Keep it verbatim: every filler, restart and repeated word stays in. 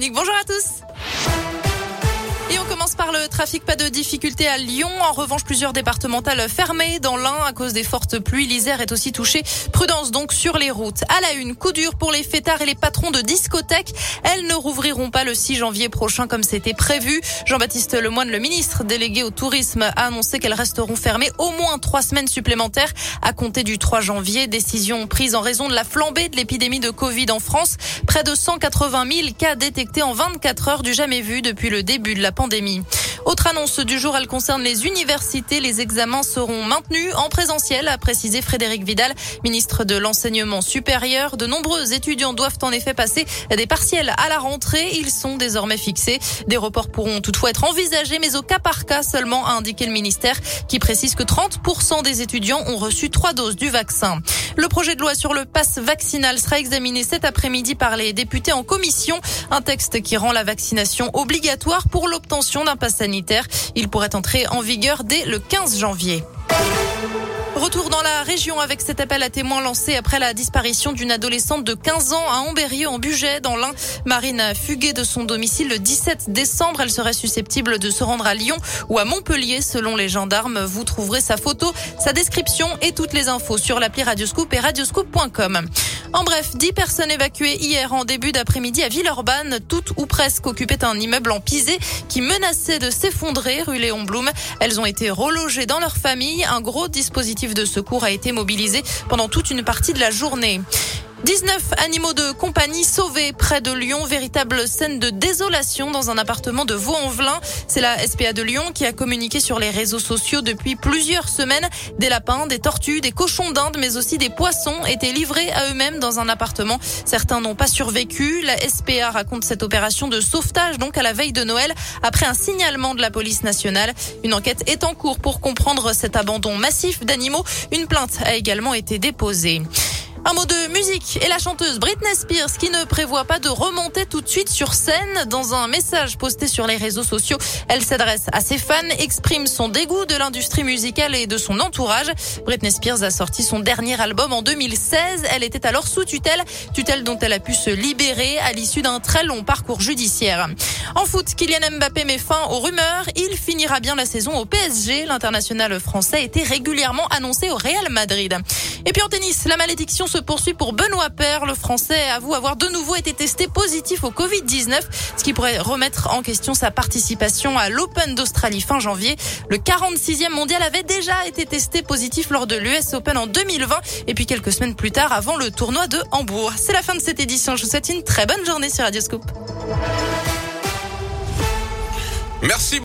Monique. Bonjour à tous. Et on commence par le trafic. Pas de difficulté à Lyon. En revanche, plusieurs départementales fermées dans l'Ain à cause des fortes pluies. L'Isère est aussi touchée. Prudence donc sur les routes. À la une, coup dur pour les fêtards et les patrons de discothèques. Elles ne rouvriront pas le six janvier prochain comme c'était prévu. Jean-Baptiste Lemoyne, le ministre délégué au tourisme, a annoncé qu'elles resteront fermées au moins trois semaines supplémentaires à compter du trois janvier. Décision prise en raison de la flambée de l'épidémie de Covid en France. Près de cent quatre-vingt mille cas détectés en vingt-quatre heures, du jamais vu depuis le début de la pandémie. Autre annonce du jour, elle concerne les universités. Les examens seront maintenus en présentiel, a précisé Frédérique Vidal, ministre de l'Enseignement supérieur. De nombreux étudiants doivent en effet passer des partiels à la rentrée. Ils sont désormais fixés. Des reports pourront toutefois être envisagés, mais au cas par cas seulement, a indiqué le ministère, qui précise que trente pour cent des étudiants ont reçu trois doses du vaccin. Le projet de loi sur le pass vaccinal sera examiné cet après-midi par les députés en commission. Un texte qui rend la vaccination obligatoire pour l'obtention d'un pass sanitaire. Il pourrait entrer en vigueur dès le quinze janvier. Retour dans la région avec cet appel à témoins lancé après la disparition d'une adolescente de quinze ans à Ambérieu en Bugey dans l'Ain. Marine a fugué de son domicile le dix-sept décembre. Elle serait susceptible de se rendre à Lyon ou à Montpellier selon les gendarmes. Vous trouverez sa photo, sa description et toutes les infos sur l'appli Radioscoop et radioscoop point com. En bref, dix personnes évacuées hier en début d'après-midi à Villeurbanne. Toutes ou presque occupaient un immeuble en pisé qui menaçait de s'effondrer rue Léon Blum. Elles ont été relogées dans leur famille. Un gros dispositif de secours a été mobilisé pendant toute une partie de la journée. dix-neuf animaux de compagnie sauvés près de Lyon. Véritable scène de désolation dans un appartement de Vaux-en-Velin. C'est la S P A de Lyon qui a communiqué sur les réseaux sociaux depuis plusieurs semaines. Des lapins, des tortues, des cochons d'Inde, mais aussi des poissons étaient livrés à eux-mêmes dans un appartement. Certains n'ont pas survécu. La S P A raconte cette opération de sauvetage donc à la veille de Noël après un signalement de la police nationale. Une enquête est en cours pour comprendre cet abandon massif d'animaux. Une plainte a également été déposée. Un mot de musique et la chanteuse Britney Spears qui ne prévoit pas de remonter tout de suite sur scène. Dans un message posté sur les réseaux sociaux, elle s'adresse à ses fans, exprime son dégoût de l'industrie musicale et de son entourage. Britney Spears a sorti son dernier album en deux mille seize. Elle était alors sous tutelle, tutelle dont elle a pu se libérer à l'issue d'un très long parcours judiciaire. En foot, Kylian Mbappé met fin aux rumeurs. Il finira bien la saison au P S G. L'international français était régulièrement annoncé au Real Madrid. Et puis en tennis, la malédiction se poursuit pour Benoît Paire. Le Français avoue avoir de nouveau été testé positif au covid dix-neuf, ce qui pourrait remettre en question sa participation à l'Open d'Australie fin janvier. Le quarante-sixième mondial avait déjà été testé positif lors de l'U S Open en deux mille vingt et puis quelques semaines plus tard avant le tournoi de Hambourg. C'est la fin de cette édition. Je vous souhaite une très bonne journée sur Radioscoop. Merci.